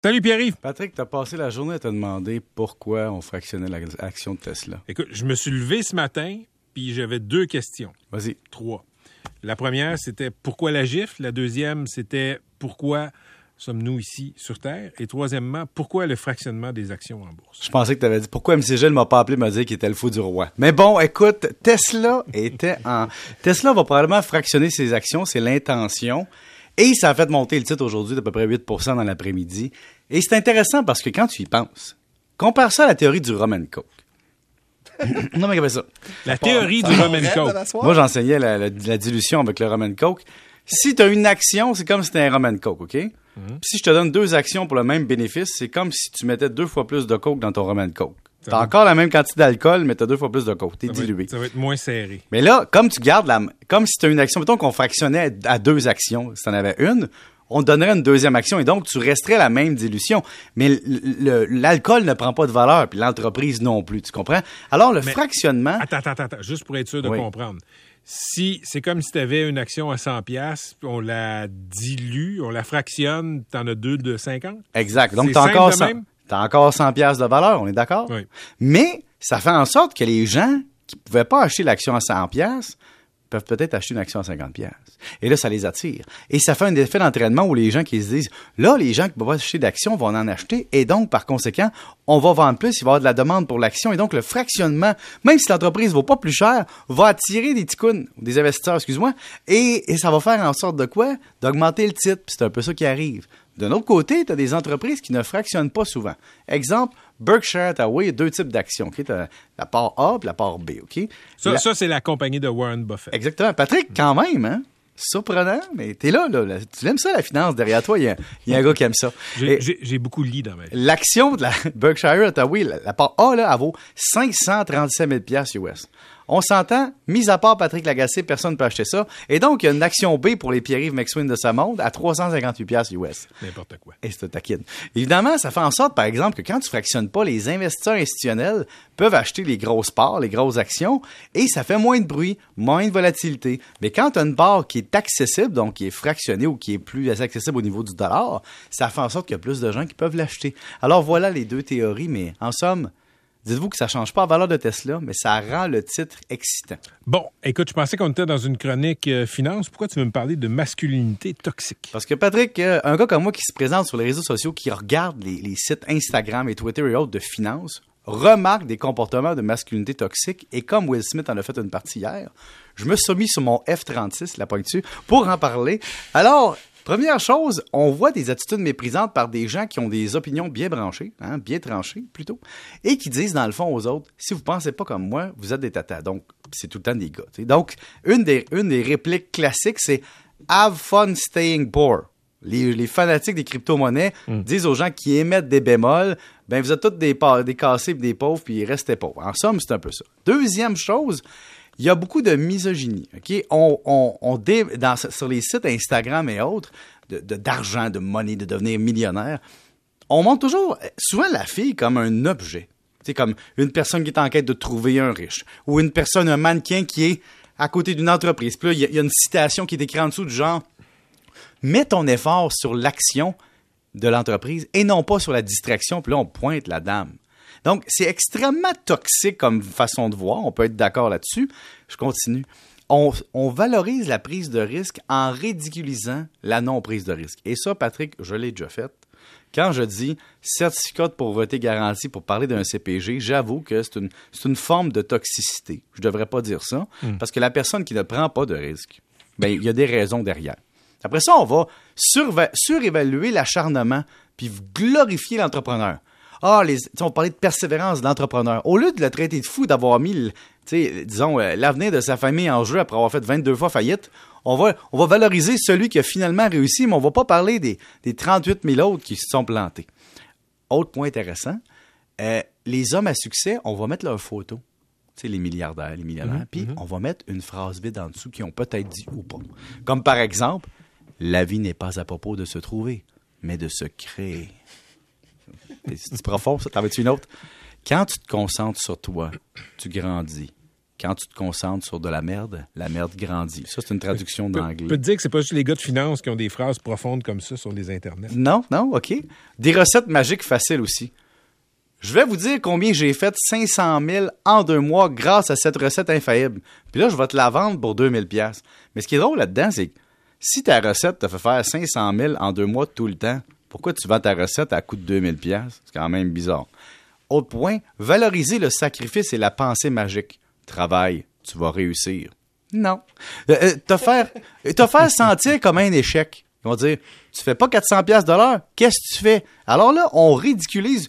Salut Pierre-Yves. Patrick, t'as passé la journée à te demander pourquoi on fractionnait l'action de Tesla. Écoute, je me suis levé ce matin, puis j'avais 2 questions. Vas-y. 3. La première, c'était pourquoi la gifle? La deuxième, c'était pourquoi sommes-nous ici sur Terre? Et troisièmement, pourquoi le fractionnement des actions en bourse? Je pensais que tu avais dit pourquoi MCG ne m'a pas appelé me dire qu'il était le fou du roi. Mais bon, écoute, Tesla va probablement fractionner ses actions, c'est l'intention. Et ça a fait monter le titre aujourd'hui d'à peu près 8% dans l'après-midi. Et c'est intéressant parce que quand tu y penses, compare ça à la théorie du rum and coke. Non, mais ça. La théorie du rum and coke. Moi, j'enseignais la dilution avec le rum and coke. Si tu as une action, c'est comme si c'était un rum and coke, OK? Puis si je te donne 2 actions pour le même bénéfice, c'est comme si tu mettais 2 fois plus de coke dans ton rum and coke. T'as encore la même quantité d'alcool, mais t'as 2 fois plus de coke. T'es dilué. Ça va être moins serré. Mais là, comme tu gardes comme si tu as une action, mettons qu'on fractionnait à 2 actions, si t'en avais une, on te donnerait une deuxième action et donc tu resterais la même dilution. Mais l'alcool ne prend pas de valeur, puis l'entreprise non plus, tu comprends? Alors, fractionnement... Attends, juste pour être sûr de comprendre. Si c'est comme si tu avais une action à 100$, puis on la dilue, on la fractionne, t'en as 2 de 50$? Exact. Donc, t'as encore 100$ de valeur, on est d'accord? Oui. Mais ça fait en sorte que les gens qui ne pouvaient pas acheter l'action à 100$ peuvent peut-être acheter une action à 50$. Et là, ça les attire. Et ça fait un effet d'entraînement où les gens qui se disent, là, les gens qui ne peuvent pas acheter d'actions vont en acheter. Et donc, par conséquent, on va vendre plus, il va y avoir de la demande pour l'action. Et donc, le fractionnement, même si l'entreprise ne vaut pas plus cher, va attirer des ticounes, des investisseurs, excuse-moi. Et ça va faire en sorte de quoi? D'augmenter le titre. Puis c'est un peu ça qui arrive. D'un autre côté, tu as des entreprises qui ne fractionnent pas souvent. Exemple, Berkshire Hathaway, il y a 2 types d'actions. Okay? Tu as la part A et la part B. Okay? Ça, c'est la compagnie de Warren Buffett. Exactement. Patrick, quand même, hein? Surprenant, mais t'es là. Tu aimes ça, la finance. Derrière toi, il y a un gars qui aime ça. J'ai beaucoup lu dans ma vie. L'action de la Berkshire Hathaway, la part A, là, elle vaut 537 000$ US. On s'entend, mis à part Patrick Lagacé, personne ne peut acheter ça. Et donc, il y a une action B pour les Pierre-Yves McSween de ce monde à 358$ US. N'importe quoi. Et c'est taquine. Évidemment, ça fait en sorte, par exemple, que quand tu fractionnes pas, les investisseurs institutionnels peuvent acheter les grosses parts, les grosses actions, et ça fait moins de bruit, moins de volatilité. Mais quand tu as une part qui est accessible, donc qui est fractionnée ou qui est plus accessible au niveau du dollar, ça fait en sorte qu'il y a plus de gens qui peuvent l'acheter. Alors voilà les 2 théories, mais en somme, dites-vous que ça ne change pas la valeur de Tesla, mais ça rend le titre excitant. Bon, écoute, je pensais qu'on était dans une chronique finance. Pourquoi tu veux me parler de masculinité toxique? Parce que Patrick, un gars comme moi qui se présente sur les réseaux sociaux, qui regarde les sites Instagram et Twitter et autres de finance, remarque des comportements de masculinité toxique. Et comme Will Smith en a fait une partie hier, je me suis mis sur mon F-36, la pointue, pour en parler. Alors... Première chose, on voit des attitudes méprisantes par des gens qui ont des opinions bien branchées, bien tranchées plutôt, et qui disent dans le fond aux autres, si vous pensez pas comme moi, vous êtes des tatas. Donc, c'est tout le temps des gars. T'sais. Donc, une des répliques classiques, c'est « Have fun staying poor ». Les fanatiques des crypto-monnaies disent aux gens qui émettent des bémols, ben vous êtes tous des cassés et des pauvres, puis restez pauvres. En somme, c'est un peu ça. Deuxième chose, il y a beaucoup de misogynie. Okay? Sur les sites Instagram et autres, d'argent, de money, de devenir millionnaire, on montre toujours, souvent la fille comme un objet. C'est comme une personne qui est en quête de trouver un riche. Ou une personne, un mannequin qui est à côté d'une entreprise. Puis là, il y a une citation qui est écrite en dessous du genre « Mets ton effort sur l'action de l'entreprise et non pas sur la distraction. » Puis là, on pointe la dame. Donc, c'est extrêmement toxique comme façon de voir. On peut être d'accord là-dessus. Je continue. On valorise la prise de risque en ridiculisant la non-prise de risque. Et ça, Patrick, je l'ai déjà fait. Quand je dis certificat de pauvreté garanti pour parler d'un CPG, j'avoue que c'est une forme de toxicité. Je ne devrais pas dire ça, parce que la personne qui ne prend pas de risque, ben, il y a des raisons derrière. Après ça, on va surévaluer l'acharnement puis glorifier l'entrepreneur. On parlait de persévérance de l'entrepreneur. Au lieu de le traiter de fou d'avoir mis, l'avenir de sa famille en jeu après avoir fait 22 fois faillite, on va valoriser celui qui a finalement réussi, mais on ne va pas parler des 38 000 autres qui se sont plantés. Autre point intéressant, les hommes à succès, on va mettre leurs photos. Tu sais, les milliardaires, les millionnaires, puis on va mettre une phrase vide en dessous qu'ils ont peut-être dit ou pas. Comme par exemple, « La vie n'est pas à propos de se trouver, mais de se créer. » C'est profond, ça? T'en veux-tu une autre? Quand tu te concentres sur toi, tu grandis. quand tu te concentres sur de la merde grandit. Ça, c'est une traduction d'anglais. Je peux te dire que c'est pas juste les gars de finance qui ont des phrases profondes comme ça sur les internets. Non, OK. Des recettes magiques faciles aussi. Je vais vous dire combien j'ai fait 500 000 en 2 mois grâce à cette recette infaillible. Puis là, je vais te la vendre pour 2000 $. Mais ce qui est drôle là-dedans, c'est que si ta recette te fait faire 500 000 en 2 mois tout le temps, pourquoi tu vends ta recette à coût de 2000 $? C'est quand même bizarre. Autre point, valoriser le sacrifice et la pensée magique. Travaille, tu vas réussir. Non. Te faire sentir comme un échec. Ils vont dire, tu fais pas 400 $ de l'heure, qu'est-ce que tu fais? Alors là, on ridiculise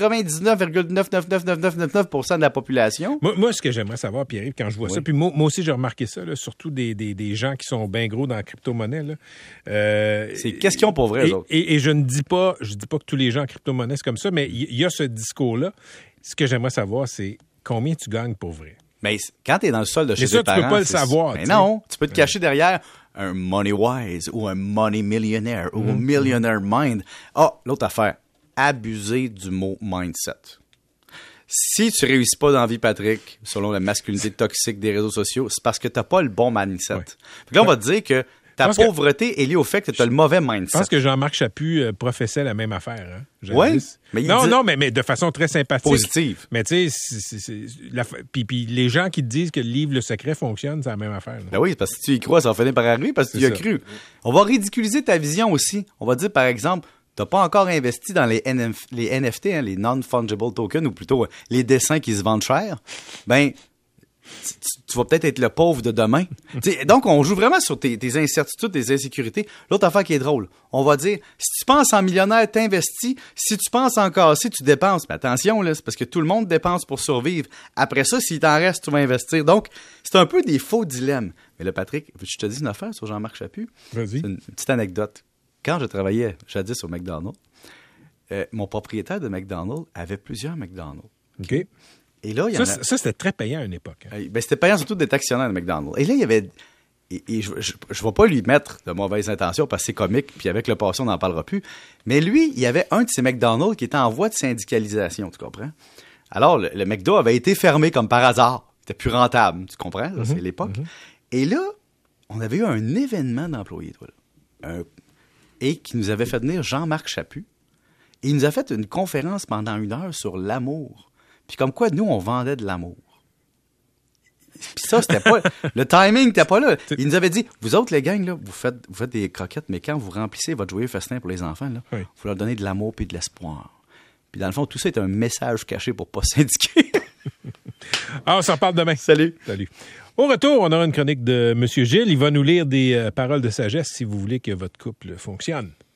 99,99999% de la population. Moi, ce que j'aimerais savoir, Pierre-Yves, quand je vois ça, puis moi aussi j'ai remarqué ça, là, surtout des gens qui sont bien gros dans la crypto-monnaie. Là, c'est qu'est-ce qu'ils ont pour vrai, eux autres? Et je dis pas que tous les gens en crypto-monnaie, c'est comme ça, mais il y a ce discours-là. Ce que j'aimerais savoir, c'est combien tu gagnes pour vrai? Mais quand tu es dans le sol de chez tes parents... tu peux pas le savoir. Mais non, tu peux te cacher derrière un Money Wise ou un Money Millionaire ou un Millionaire Mind. L'autre affaire, abuser du mot mindset. Si tu réussis pas dans la vie, Patrick, selon la masculinité toxique des réseaux sociaux, c'est parce que tu n'as pas le bon mindset. Ouais. Là, on va te dire que ta pauvreté est liée au fait que tu as le mauvais mindset. Je pense que Jean-Marc Chaput professait la même affaire. Hein, oui. Mais de façon très sympathique. Positive. Mais tu sais, puis les gens qui te disent que le livre Le Secret fonctionne, c'est la même affaire. Ben oui, parce que si tu y crois, ça va finir par arriver parce que tu y as cru. On va ridiculiser ta vision aussi. On va dire, par exemple, tu n'as pas encore investi dans les NFT, hein, les non-fungible tokens, ou plutôt les dessins qui se vendent cher. Ben, tu vas peut-être être le pauvre de demain. Donc, on joue vraiment sur tes incertitudes, tes insécurités. L'autre affaire qui est drôle, on va dire, si tu penses en millionnaire, t'investis. Si tu penses en casser, tu dépenses. Mais attention, là, c'est parce que tout le monde dépense pour survivre. Après ça, s'il t'en reste, tu vas investir. Donc, c'est un peu des faux dilemmes. Mais là, Patrick, je te dis une affaire sur Jean-Marc Chaput. Vas-y. C'est une petite anecdote. Quand je travaillais jadis au McDonald's, mon propriétaire de McDonald's avait plusieurs McDonald's. OK. Et là, ça, c'était très payant à une époque. Hein. Ben, c'était payant surtout d'être actionnaire de McDonald's. Et là, il y avait... Et je ne vais pas lui mettre de mauvaises intentions parce que c'est comique, puis avec le passé, on n'en parlera plus. Mais lui, il y avait un de ses McDonald's qui était en voie de syndicalisation, tu comprends? Alors, le McDo avait été fermé comme par hasard. Il était plus rentable, tu comprends? Ça, c'est l'époque. Et là, on avait eu un événement d'employés, et qui nous avait fait venir Jean-Marc Chaput. Et il nous a fait une conférence pendant 1 heure sur l'amour. Puis comme quoi, nous, on vendait de l'amour. Puis ça, c'était pas... Le timing n'était pas là. Il nous avait dit, vous autres, les gangs, là, vous faites des croquettes, mais quand vous remplissez votre joyeux festin pour les enfants, là, vous leur donnez de l'amour puis de l'espoir. Puis dans le fond, tout ça est un message caché pour pas syndiquer. On s'en parle demain. Salut. Au retour, on aura une chronique de M. Gilles. Il va nous lire des paroles de sagesse si vous voulez que votre couple fonctionne.